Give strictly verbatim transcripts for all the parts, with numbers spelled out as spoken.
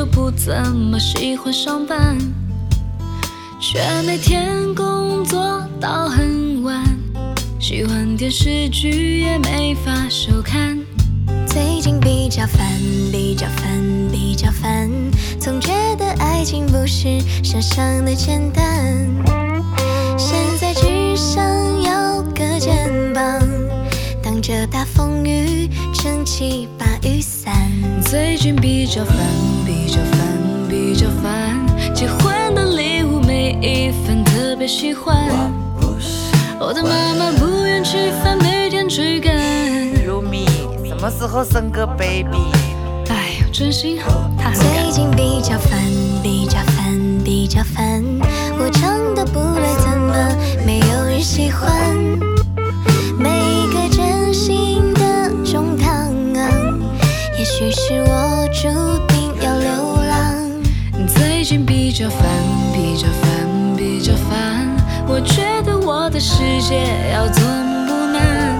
就不怎么喜欢上班，却每天工作到很晚，喜欢电视剧也没法收看。 最近比较烦，比较烦，比较烦，总觉得爱情不是想象的简单。现在只想要个肩膀，挡着大风雨，撑起把雨伞。 最近比较烦，比较烦，比较烦，结婚的礼物每一份特别喜欢。我的妈妈不愿吃饭，每天追赶。 Yumi， 什么时候生个 baby？ 哎呀，真心她很赶。 最近比较烦，比较烦，比较烦，我唱的不对，怎么没有人喜欢？每个真心的中堂，也许是我注定要流浪。 最近比较烦，比较烦，比较烦，我觉得我的世界要多么不难，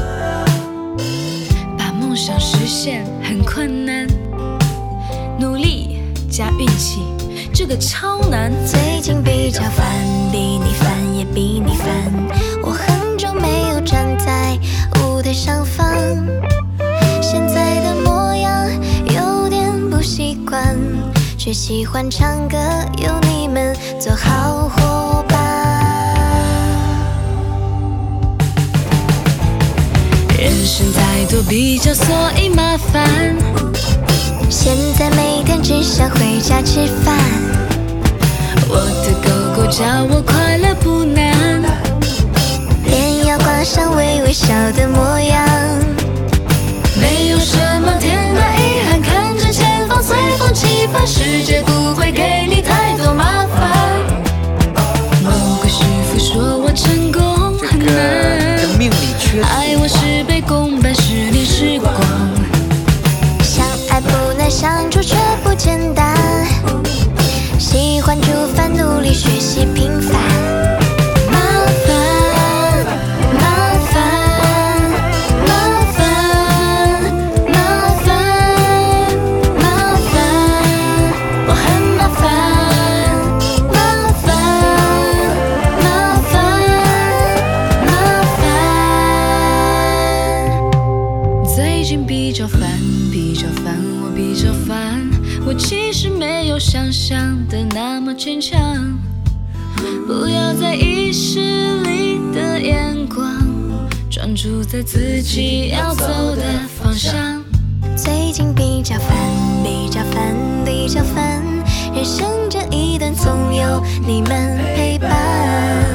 把梦想实现很困难，努力加运气，这个超难。 最近比较烦，比你烦也比你烦，我很久没有站在舞台上放，现在的模样有点不习惯，却喜欢唱歌，有你们做好伙伴。 人生太多比较，所以麻烦。 现在每天只想回家吃饭， 我的狗狗叫我快乐不难， 脸要挂上微微笑的模样。 没有什么天大遗憾，看着前方随风起帆，世界不会给你太多麻烦。某个师傅说我成功很难， 这个命里缺爱我是被公办十年时光， 相爱不难，相处却不简单，喜欢煮饭，努力学习平凡。麻烦，麻烦，麻烦，麻烦，麻烦，我很麻烦。麻烦，麻烦，麻烦。 最近比较烦，比较烦，我比较烦，我其实没有想象的那么坚强，不要在意识里的眼光，专注在自己要走的方向。 最近比较烦，比较烦，比较烦，人生这一段总有你们陪伴。